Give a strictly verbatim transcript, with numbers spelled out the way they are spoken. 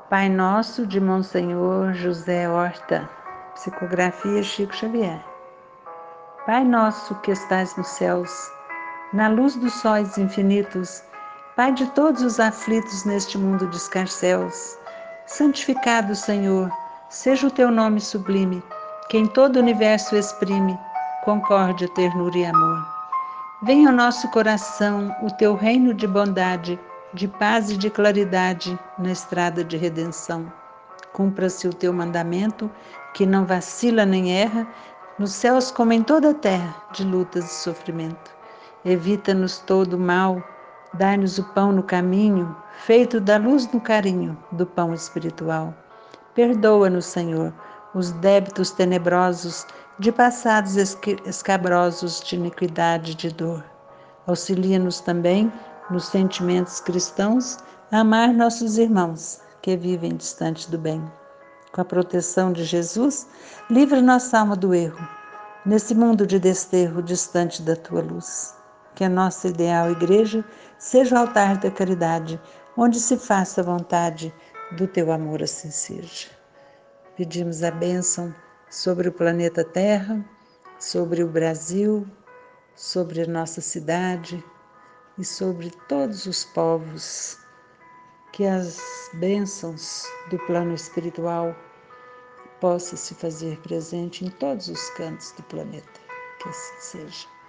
Pai Nosso de Monsenhor José Horta, psicografia Chico Xavier. Pai nosso que estais nos céus, na luz dos sóis infinitos, Pai de todos os aflitos neste mundo de escarcéus, santificado, Senhor, seja o teu nome sublime, que em todo o universo exprime concórdia, ternura e amor. Venha ao nosso coração o teu reino de bondade, de paz e de claridade na estrada de redenção. Cumpra-se o teu mandamento, que não vacila nem erra, nos céus como em toda a terra, de lutas e sofrimento. Evita-nos todo o mal, dai-nos o pão no caminho, feito da luz no carinho do pão espiritual. Perdoa-nos, Senhor, os débitos tenebrosos, de passados escabrosos de iniquidade e de dor. Auxilia-nos também, nos sentimentos cristãos, a amar nossos irmãos, que vivem distante do bem. Com a proteção de Jesus, livra nossa alma do erro, nesse mundo de desterro distante da tua luz. Que a nossa ideal igreja seja o altar da caridade, onde se faça a vontade do teu amor, assim seja. Pedimos a bênção sobre o planeta Terra, sobre o Brasil, sobre a nossa cidade e sobre todos os povos. Que as bênçãos do plano espiritual possam se fazer presente em todos os cantos do planeta. Que assim seja.